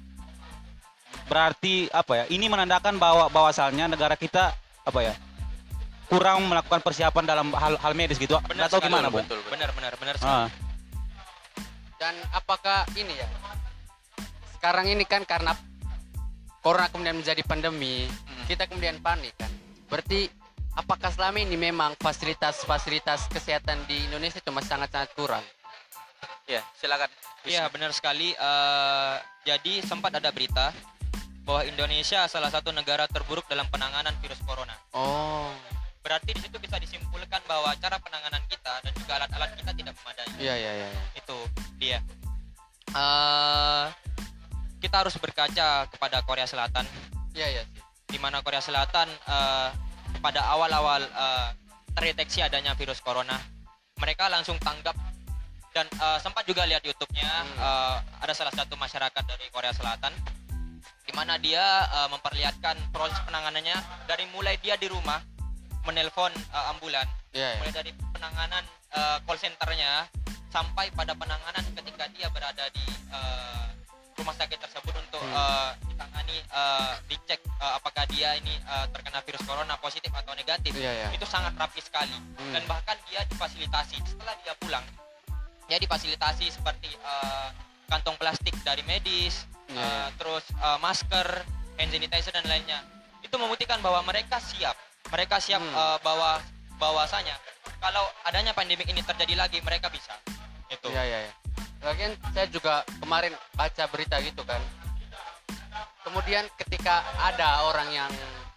[SPEAKER 1] berarti apa ya? Ini menandakan bahwa bahwasalnya negara kita apa ya kurang melakukan persiapan dalam hal hal medis gitu.
[SPEAKER 4] Benar
[SPEAKER 1] Atau
[SPEAKER 4] sekali,
[SPEAKER 1] gimana, Bung?
[SPEAKER 3] betul, betul.
[SPEAKER 4] Benar benar benar sekali.
[SPEAKER 1] Ah.
[SPEAKER 2] Dan apakah ini ya? Sekarang ini kan karena corona kemudian menjadi pandemi,
[SPEAKER 3] Hmm.
[SPEAKER 2] kita kemudian panik kan. Berarti apakah selama ini memang fasilitas-fasilitas kesehatan di Indonesia itu masih sangat-sangat kurang?
[SPEAKER 3] Ya, silakan.
[SPEAKER 4] Iya benar sekali. Eh, jadi sempat ada berita bahwa Indonesia salah satu negara terburuk dalam penanganan virus corona.
[SPEAKER 2] Oh,
[SPEAKER 4] Berarti di situ bisa disimpulkan bahwa cara penanganan kita dan juga alat-alat kita tidak memadai.
[SPEAKER 2] iya iya iya.
[SPEAKER 4] Itu dia. Eh, kita harus berkaca kepada Korea Selatan,
[SPEAKER 2] Iya iya.
[SPEAKER 4] di mana Korea Selatan eh, pada awal-awal eh, terdeteksi adanya virus corona, mereka langsung tanggap dan eh, sempat juga lihat YouTube-nya.
[SPEAKER 2] Hmm.
[SPEAKER 4] eh, ada salah satu masyarakat dari Korea Selatan di mana dia eh, memperlihatkan proses penanganannya dari mulai dia di rumah menelpon eh, ambulan,
[SPEAKER 2] Iya iya.
[SPEAKER 4] mulai dari penanganan eh, call centernya sampai pada penanganan ketika dia berada di eh, rumah sakit tersebut untuk
[SPEAKER 2] Hmm.
[SPEAKER 4] eh, ditangani, eh, dicek eh, apakah dia ini eh, terkena virus corona positif atau negatif.
[SPEAKER 2] Iya iya.
[SPEAKER 4] Itu sangat rapi sekali.
[SPEAKER 2] Hmm.
[SPEAKER 4] Dan bahkan dia difasilitasi setelah dia pulang, dia difasilitasi seperti eh, kantong plastik dari medis,
[SPEAKER 2] Iya,
[SPEAKER 4] eh,
[SPEAKER 2] iya.
[SPEAKER 4] terus eh, masker, hand sanitizer dan lainnya. Itu membuktikan bahwa mereka siap, mereka siap
[SPEAKER 2] Hmm.
[SPEAKER 4] eh, bahwa bahwasanya kalau adanya pandemi ini terjadi lagi mereka bisa. Itu.
[SPEAKER 2] Iya iya. iya. Lagian saya juga kemarin baca berita gitu kan. Kemudian ketika ada orang yang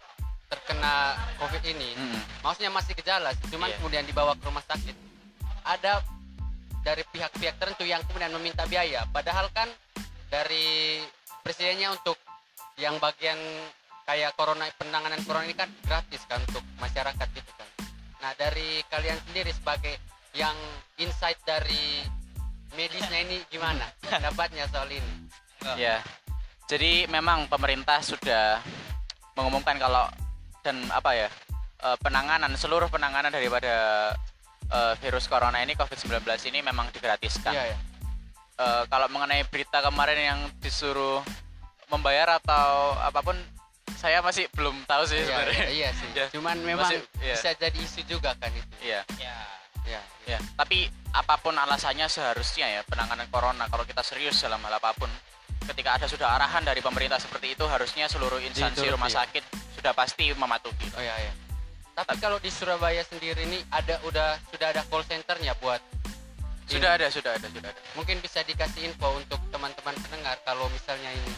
[SPEAKER 2] terkena COVID ini,
[SPEAKER 3] Mm-mm.
[SPEAKER 2] maksudnya masih gejala, cuman
[SPEAKER 3] Iya.
[SPEAKER 2] kemudian dibawa ke rumah sakit, ada dari pihak-pihak tertentu yang kemudian meminta biaya. Padahal kan dari presidennya untuk yang bagian kayak corona, penanganan corona ini kan gratis kan untuk masyarakat gitu kan. Nah dari kalian sendiri sebagai yang insight dari medisnya ini gimana pendapatnya soal ini?
[SPEAKER 3] Ya, jadi memang pemerintah sudah mengumumkan kalau dan apa ya eh, penanganan seluruh penanganan daripada eh, virus corona ini covid sembilan belas ini memang digratiskan.
[SPEAKER 2] Iya ya.
[SPEAKER 3] Eh, kalau mengenai berita kemarin yang disuruh membayar atau apapun, saya masih belum tahu sih
[SPEAKER 2] Iya,
[SPEAKER 3] sebenarnya.
[SPEAKER 2] iya, iya sih.
[SPEAKER 3] Ya,
[SPEAKER 2] Cuman memang
[SPEAKER 3] masih- iya.
[SPEAKER 2] bisa jadi isu juga kan itu.
[SPEAKER 3] Iya,
[SPEAKER 4] Ya.
[SPEAKER 2] Iya.
[SPEAKER 3] ya. Tapi apapun alasannya seharusnya ya penanganan corona kalau kita serius dalam hal apapun, ketika ada sudah arahan dari pemerintah seperti itu, harusnya seluruh instansi
[SPEAKER 2] Dituruti,
[SPEAKER 3] rumah
[SPEAKER 2] ya.
[SPEAKER 3] sakit sudah pasti mematuhi.
[SPEAKER 2] Oh iya iya. Tapi kalau di Surabaya sendiri ini ada udah sudah ada call centernya buat
[SPEAKER 3] Sudah
[SPEAKER 2] ini.
[SPEAKER 3] ada, sudah ada, sudah ada.
[SPEAKER 2] Mungkin bisa dikasih info untuk teman-teman pendengar kalau misalnya ini.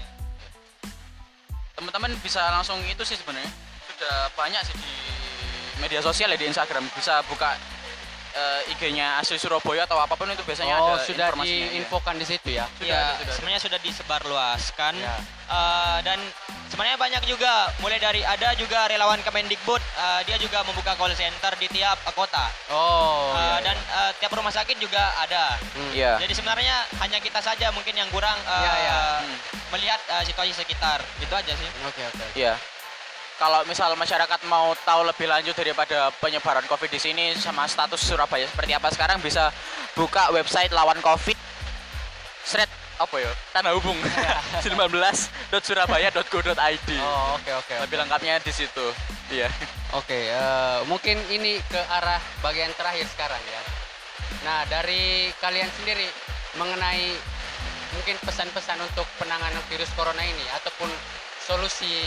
[SPEAKER 3] Teman-teman bisa langsung itu sih sebenarnya. Sudah banyak sih di media sosial ya, di Instagram bisa buka eh, I G-nya Asli Surabaya atau apapun itu biasanya
[SPEAKER 2] Oh,
[SPEAKER 3] ada
[SPEAKER 2] sudah
[SPEAKER 3] informasinya.
[SPEAKER 2] diinfokan di situ ya.
[SPEAKER 3] Sudah
[SPEAKER 4] Ya,
[SPEAKER 3] ada, sudah ada.
[SPEAKER 4] sebenarnya sudah disebarluaskan.
[SPEAKER 2] Ya.
[SPEAKER 4] Eh, dan sebenarnya banyak juga, mulai dari ada juga relawan Kemendikbud, eh, dia juga membuka call center di tiap eh, kota.
[SPEAKER 2] Oh.
[SPEAKER 4] Eh,
[SPEAKER 2] iya,
[SPEAKER 4] dan
[SPEAKER 2] iya.
[SPEAKER 4] eh, tiap rumah sakit juga ada.
[SPEAKER 2] Hmm.
[SPEAKER 3] Iya.
[SPEAKER 4] Jadi sebenarnya hanya kita saja mungkin yang kurang eh,
[SPEAKER 2] Iya, iya.
[SPEAKER 3] Hmm.
[SPEAKER 4] melihat eh, situasi sekitar. Itu aja sih.
[SPEAKER 2] Oke oke.
[SPEAKER 3] Iya. Kalau misal masyarakat mau tahu lebih lanjut daripada penyebaran COVID di sini sama status Surabaya seperti apa sekarang, bisa buka website lawan COVID. Thread apa ya? Tanda hubung sembilan belas dot surabaya dot go dot i d.
[SPEAKER 2] Oh oke oke. oke.
[SPEAKER 3] Lebih lengkapnya di situ. Iya.
[SPEAKER 2] Oke, eh, mungkin ini ke arah bagian terakhir sekarang ya. Nah, dari kalian sendiri mengenai mungkin pesan-pesan untuk penanganan virus corona ini ataupun solusi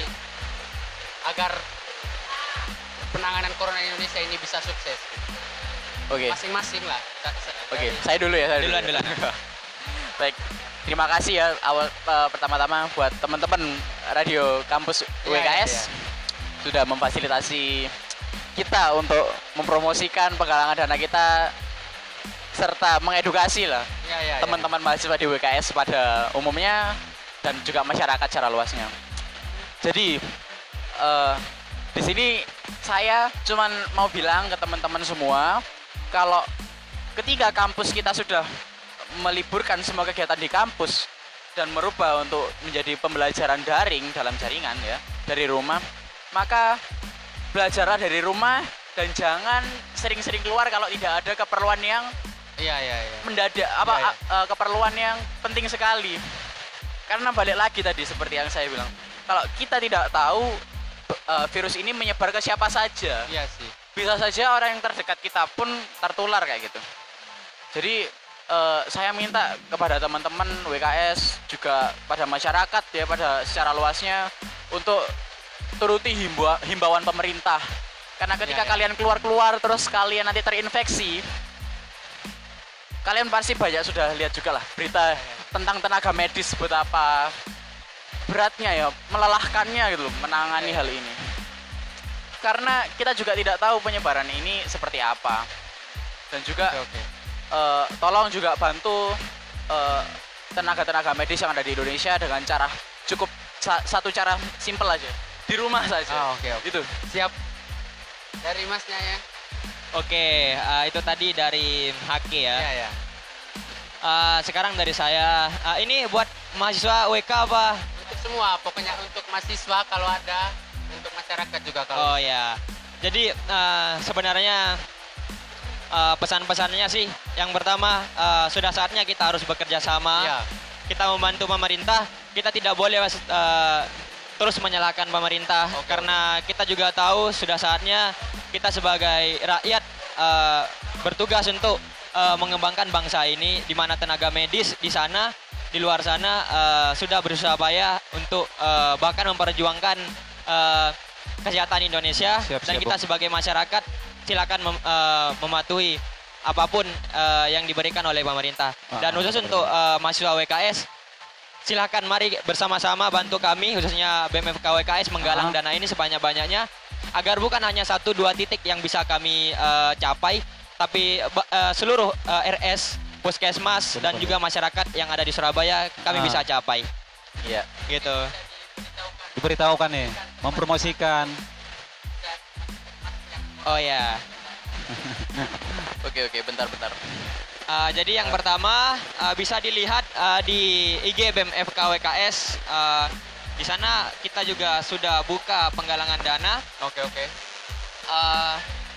[SPEAKER 2] agar penanganan corona Indonesia ini bisa sukses.
[SPEAKER 3] Oke.
[SPEAKER 2] Masing-masing lah. Sa- sa-
[SPEAKER 3] Oke,
[SPEAKER 2] dari-
[SPEAKER 3] saya dulu ya, saya
[SPEAKER 4] Duluan,
[SPEAKER 3] dulu.
[SPEAKER 4] duluan.
[SPEAKER 3] Baik. Terima kasih ya awal eh, pertama-tama buat teman-teman Radio Kampus
[SPEAKER 2] Iya,
[SPEAKER 3] W K S
[SPEAKER 2] iya,
[SPEAKER 3] sudah memfasilitasi kita untuk mempromosikan penggalangan dana kita serta mengedukasi lah
[SPEAKER 2] Iya, iya, iya.
[SPEAKER 3] teman-teman mahasiswa di W K S pada umumnya dan juga masyarakat secara luasnya. Jadi eh, di sini saya cuman mau bilang ke teman-teman semua kalau ketika kampus kita sudah meliburkan semua kegiatan di kampus dan merubah untuk menjadi pembelajaran daring dalam jaringan ya dari rumah, maka belajarlah dari rumah dan jangan sering-sering keluar kalau tidak ada keperluan yang
[SPEAKER 2] Iya, iya, iya.
[SPEAKER 3] mendadak apa
[SPEAKER 2] Iya, iya.
[SPEAKER 3] a- eh, keperluan yang penting sekali. Karena balik lagi tadi seperti yang saya bilang, kalau kita tidak tahu eh, virus ini menyebar ke siapa saja.
[SPEAKER 2] Iya sih.
[SPEAKER 3] Bisa saja orang yang terdekat kita pun tertular kayak gitu. Jadi eh, saya minta kepada teman-teman W K S juga pada masyarakat ya pada secara luasnya untuk turuti himba- himbauan pemerintah. Karena ketika
[SPEAKER 2] Ya, ya.
[SPEAKER 3] kalian keluar-keluar terus kalian nanti terinfeksi, kalian pasti banyak sudah lihat juga lah berita tentang tenaga medis betapa beratnya ya, melelahkannya gitu loh menangani hal ini. Karena kita juga tidak tahu penyebaran ini seperti apa. Dan juga
[SPEAKER 2] Oke, oke.
[SPEAKER 3] eh, tolong juga bantu eh, tenaga-tenaga medis yang ada di Indonesia dengan cara cukup sa- satu cara simpel aja. Di rumah saja.
[SPEAKER 2] Ah, oke, oke.
[SPEAKER 3] Itu.
[SPEAKER 2] Siap. Dari Masnya ya.
[SPEAKER 5] Oke, eh, itu tadi dari Haki ya.
[SPEAKER 2] Iya, ya.
[SPEAKER 5] Eh, sekarang dari saya, eh, ini buat mahasiswa W K apa?
[SPEAKER 2] Untuk semua, pokoknya untuk mahasiswa kalau ada, untuk masyarakat juga kalau.
[SPEAKER 5] Oh ya, jadi eh, sebenarnya eh, pesan-pesannya sih, yang pertama eh, sudah saatnya kita harus bekerja sama.
[SPEAKER 2] Iya.
[SPEAKER 5] Kita membantu pemerintah, kita tidak boleh eh, terus menyalahkan pemerintah,
[SPEAKER 2] Oke,
[SPEAKER 5] karena kita juga tahu sudah saatnya kita sebagai rakyat eh, bertugas untuk eh, mengembangkan bangsa ini, di mana tenaga medis di sana, di luar sana eh, sudah berusaha payah untuk eh, bahkan memperjuangkan eh, kesehatan Indonesia.
[SPEAKER 1] Siap,
[SPEAKER 5] Dan
[SPEAKER 1] siap,
[SPEAKER 5] kita
[SPEAKER 1] Bung.
[SPEAKER 5] sebagai masyarakat silakan mem- eh, mematuhi apapun eh, yang diberikan oleh pemerintah. Dan
[SPEAKER 1] Ah,
[SPEAKER 5] khusus
[SPEAKER 1] betul.
[SPEAKER 5] untuk eh, mahasiswa W K S, silakan mari bersama-sama bantu kami, khususnya B M F K W K S, menggalang
[SPEAKER 1] Ah.
[SPEAKER 5] dana ini sebanyak-banyaknya agar bukan hanya satu dua titik yang bisa kami eh, capai, tapi ba- eh, seluruh eh, R S, puskesmas, dan
[SPEAKER 1] Benar-benar.
[SPEAKER 5] juga masyarakat yang ada di Surabaya kami
[SPEAKER 1] Ah.
[SPEAKER 5] bisa capai.
[SPEAKER 3] Iya.
[SPEAKER 5] Gitu.
[SPEAKER 1] Diberitahukan nih, mempromosikan.
[SPEAKER 5] Oh ya.
[SPEAKER 3] Oke oke, bentar-bentar.
[SPEAKER 5] Uh, jadi yang pertama uh, bisa dilihat uh, di I G B M F K W K S. Uh, di sana kita juga sudah buka penggalangan dana.
[SPEAKER 2] Oke, oke.
[SPEAKER 5] Uh,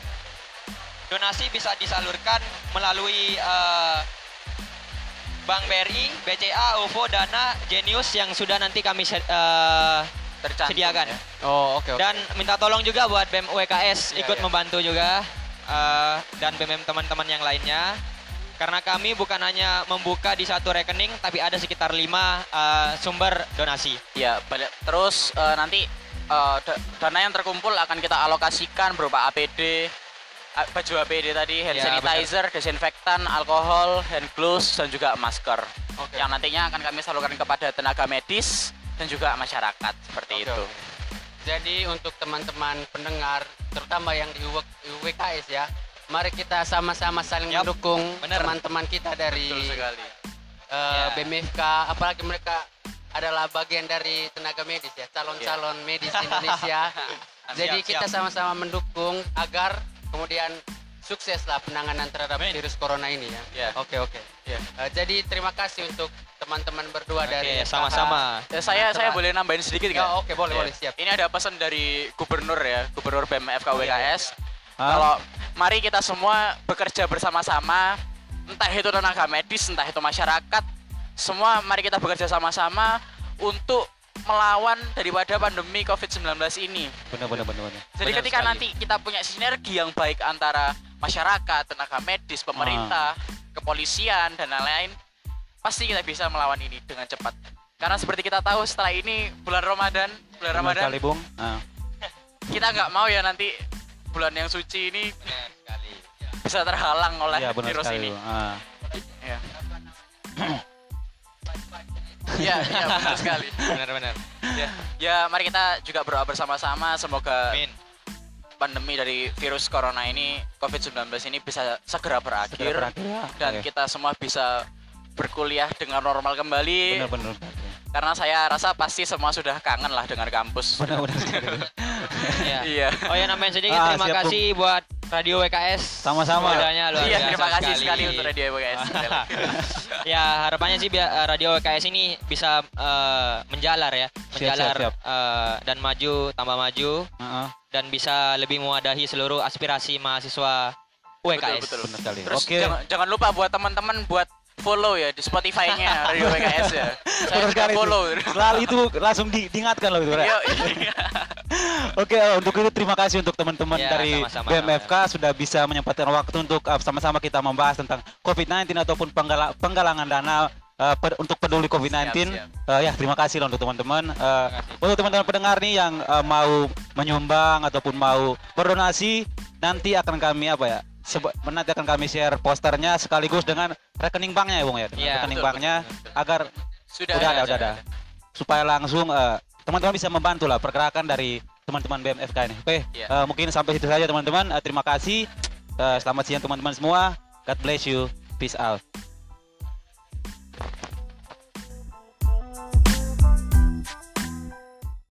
[SPEAKER 5] donasi bisa disalurkan melalui uh, Bank B R I, B C A, O V O, Dana, Genius yang sudah nanti kami se- uh,
[SPEAKER 3] Tercantum,
[SPEAKER 5] sediakan.
[SPEAKER 3] ya.
[SPEAKER 2] Oh, oke, oke.
[SPEAKER 5] Dan minta tolong juga buat B M W K S
[SPEAKER 2] Iya,
[SPEAKER 5] ikut
[SPEAKER 2] iya.
[SPEAKER 5] membantu juga, eh, dan B M M teman-teman yang lainnya. Karena kami bukan hanya membuka di satu rekening, tapi ada sekitar lima eh, sumber donasi.
[SPEAKER 3] Iya, balik. Terus eh, nanti eh, da- dana yang terkumpul akan kita alokasikan berupa A P D, a- baju A P D tadi, hand
[SPEAKER 5] Ya,
[SPEAKER 3] sanitizer, desinfektan, alkohol, hand gloves, dan juga masker.
[SPEAKER 2] Oke.
[SPEAKER 3] Yang nantinya akan kami salurkan kepada tenaga medis dan juga masyarakat seperti
[SPEAKER 2] Oke,
[SPEAKER 3] itu.
[SPEAKER 2] oke. Jadi untuk teman-teman pendengar, terutama yang di U W K S ya, mari kita sama-sama saling
[SPEAKER 5] Yap,
[SPEAKER 2] mendukung
[SPEAKER 5] bener.
[SPEAKER 2] teman-teman kita dari
[SPEAKER 3] Betul sekali.
[SPEAKER 2] eh,
[SPEAKER 5] Ya.
[SPEAKER 2] B M F K, apalagi mereka adalah bagian dari tenaga medis ya, calon-calon medis Indonesia. Jadi
[SPEAKER 5] Siap,
[SPEAKER 2] kita
[SPEAKER 5] siap.
[SPEAKER 2] sama-sama mendukung agar kemudian sukseslah penanganan terhadap
[SPEAKER 5] Amin.
[SPEAKER 2] virus corona ini ya.
[SPEAKER 3] Ya.
[SPEAKER 2] Oke, oke.
[SPEAKER 3] Ya.
[SPEAKER 2] Eh, jadi terima kasih untuk teman-teman berdua dari
[SPEAKER 5] Oke,
[SPEAKER 2] F K H.
[SPEAKER 5] sama-sama.
[SPEAKER 3] Eh, saya saya
[SPEAKER 2] Terima-
[SPEAKER 3] boleh nambahin sedikit
[SPEAKER 2] Ya,
[SPEAKER 3] nggak?
[SPEAKER 2] oke, boleh,
[SPEAKER 3] Ya.
[SPEAKER 2] boleh, siap.
[SPEAKER 3] Ini ada pesan dari gubernur ya, gubernur B M F K W K S.
[SPEAKER 1] Ah.
[SPEAKER 3] Kalau mari kita semua bekerja bersama-sama, entah itu tenaga medis, entah itu masyarakat, semua mari kita bekerja sama-sama untuk melawan daripada pandemi covid sembilan belas ini.
[SPEAKER 1] Benar benar benar benar.
[SPEAKER 3] Jadi
[SPEAKER 5] Benar
[SPEAKER 3] ketika
[SPEAKER 5] sekali.
[SPEAKER 3] nanti kita punya sinergi yang baik antara masyarakat, tenaga medis, pemerintah, kepolisian, dan lain-lain, pasti kita bisa melawan ini dengan cepat. Karena seperti kita tahu setelah ini bulan Ramadan, bulan
[SPEAKER 1] Benar
[SPEAKER 3] Ramadan,
[SPEAKER 1] sekali, Bung. Ah.
[SPEAKER 3] kita nggak mau ya nanti bulan yang suci ini
[SPEAKER 2] Benar sekali.
[SPEAKER 3] bisa terhalang oleh
[SPEAKER 1] Iya, benar
[SPEAKER 3] virus
[SPEAKER 1] sekali.
[SPEAKER 3] ini.
[SPEAKER 1] Bung. Ah.
[SPEAKER 3] Iya. Iya, iya benar sekali.
[SPEAKER 5] Benar-benar.
[SPEAKER 3] Ya, ya mari kita juga berdoa bersama-sama semoga
[SPEAKER 5] Amin.
[SPEAKER 3] pandemi dari virus corona ini covid sembilan belas ini bisa segera berakhir,
[SPEAKER 1] Segera berakhir, ya.
[SPEAKER 3] dan
[SPEAKER 1] Oke.
[SPEAKER 3] kita semua bisa berkuliah dengan normal kembali.
[SPEAKER 1] Benar benar.
[SPEAKER 3] Karena saya rasa pasti semua sudah kangen lah dengan kampus.
[SPEAKER 1] Benar benar sekali.
[SPEAKER 5] Iya.
[SPEAKER 3] Iya.
[SPEAKER 5] Oh ya, nambahin sedikit,
[SPEAKER 1] Ah,
[SPEAKER 5] terima
[SPEAKER 1] siap, Bung.
[SPEAKER 5] kasih buat Radio W K S.
[SPEAKER 1] Sama-sama.
[SPEAKER 5] Modalnya luar
[SPEAKER 3] Iya,
[SPEAKER 5] biasa
[SPEAKER 3] terima kasih
[SPEAKER 5] sekali.
[SPEAKER 3] sekali untuk Radio W K S.
[SPEAKER 5] Ya, harapannya sih biar eh, Radio W K S ini bisa eh, menjalar ya,
[SPEAKER 1] Siap,
[SPEAKER 5] menjalar
[SPEAKER 1] siap, siap.
[SPEAKER 5] eh, dan maju, tambah maju,
[SPEAKER 1] Heeh.
[SPEAKER 5] dan bisa lebih mewadahi seluruh aspirasi mahasiswa W K S.
[SPEAKER 3] Betul, betul.
[SPEAKER 1] Benar sekali.
[SPEAKER 3] Terus
[SPEAKER 1] Oke.
[SPEAKER 3] jangan, jangan lupa buat teman-teman buat follow ya di Spotify-nya Radio W K S ya. Saya
[SPEAKER 1] Benar
[SPEAKER 3] sudah
[SPEAKER 1] sekali itu.
[SPEAKER 3] follow.
[SPEAKER 1] Selalu itu langsung di, diingatkan loh itu. Bre.
[SPEAKER 3] Iya, iya.
[SPEAKER 1] Oke, eh, untuk itu terima kasih untuk teman-teman
[SPEAKER 5] Ya,
[SPEAKER 1] dari
[SPEAKER 5] sama-sama.
[SPEAKER 1] B M F K sudah bisa menyempatkan waktu untuk eh, sama-sama kita membahas tentang covid sembilan belas ataupun penggala- penggalangan dana eh, per- untuk peduli covid sembilan belas.
[SPEAKER 3] Siap,
[SPEAKER 1] Eh, ya, terima kasih loh untuk teman-teman. Eh,
[SPEAKER 5] kasih.
[SPEAKER 1] untuk teman-teman pendengar nih yang eh, mau menyumbang ataupun mau berdonasi, nanti akan kami apa ya? Seba- nanti akan kami share posternya sekaligus dengan rekening banknya ya, Bung ya. Dengan
[SPEAKER 5] Iya,
[SPEAKER 1] rekening
[SPEAKER 3] betul,
[SPEAKER 1] banknya
[SPEAKER 3] betul, betul.
[SPEAKER 1] agar
[SPEAKER 3] Sudah
[SPEAKER 1] udah ada, udah ada. Supaya langsung eh, teman-teman bisa membantu lah pergerakan dari teman-teman B M F K ini. Oke,
[SPEAKER 3] Iya.
[SPEAKER 1] eh, mungkin sampai situ saja teman-teman. Eh, terima kasih. Eh, selamat siang teman-teman semua. God bless you. Peace out.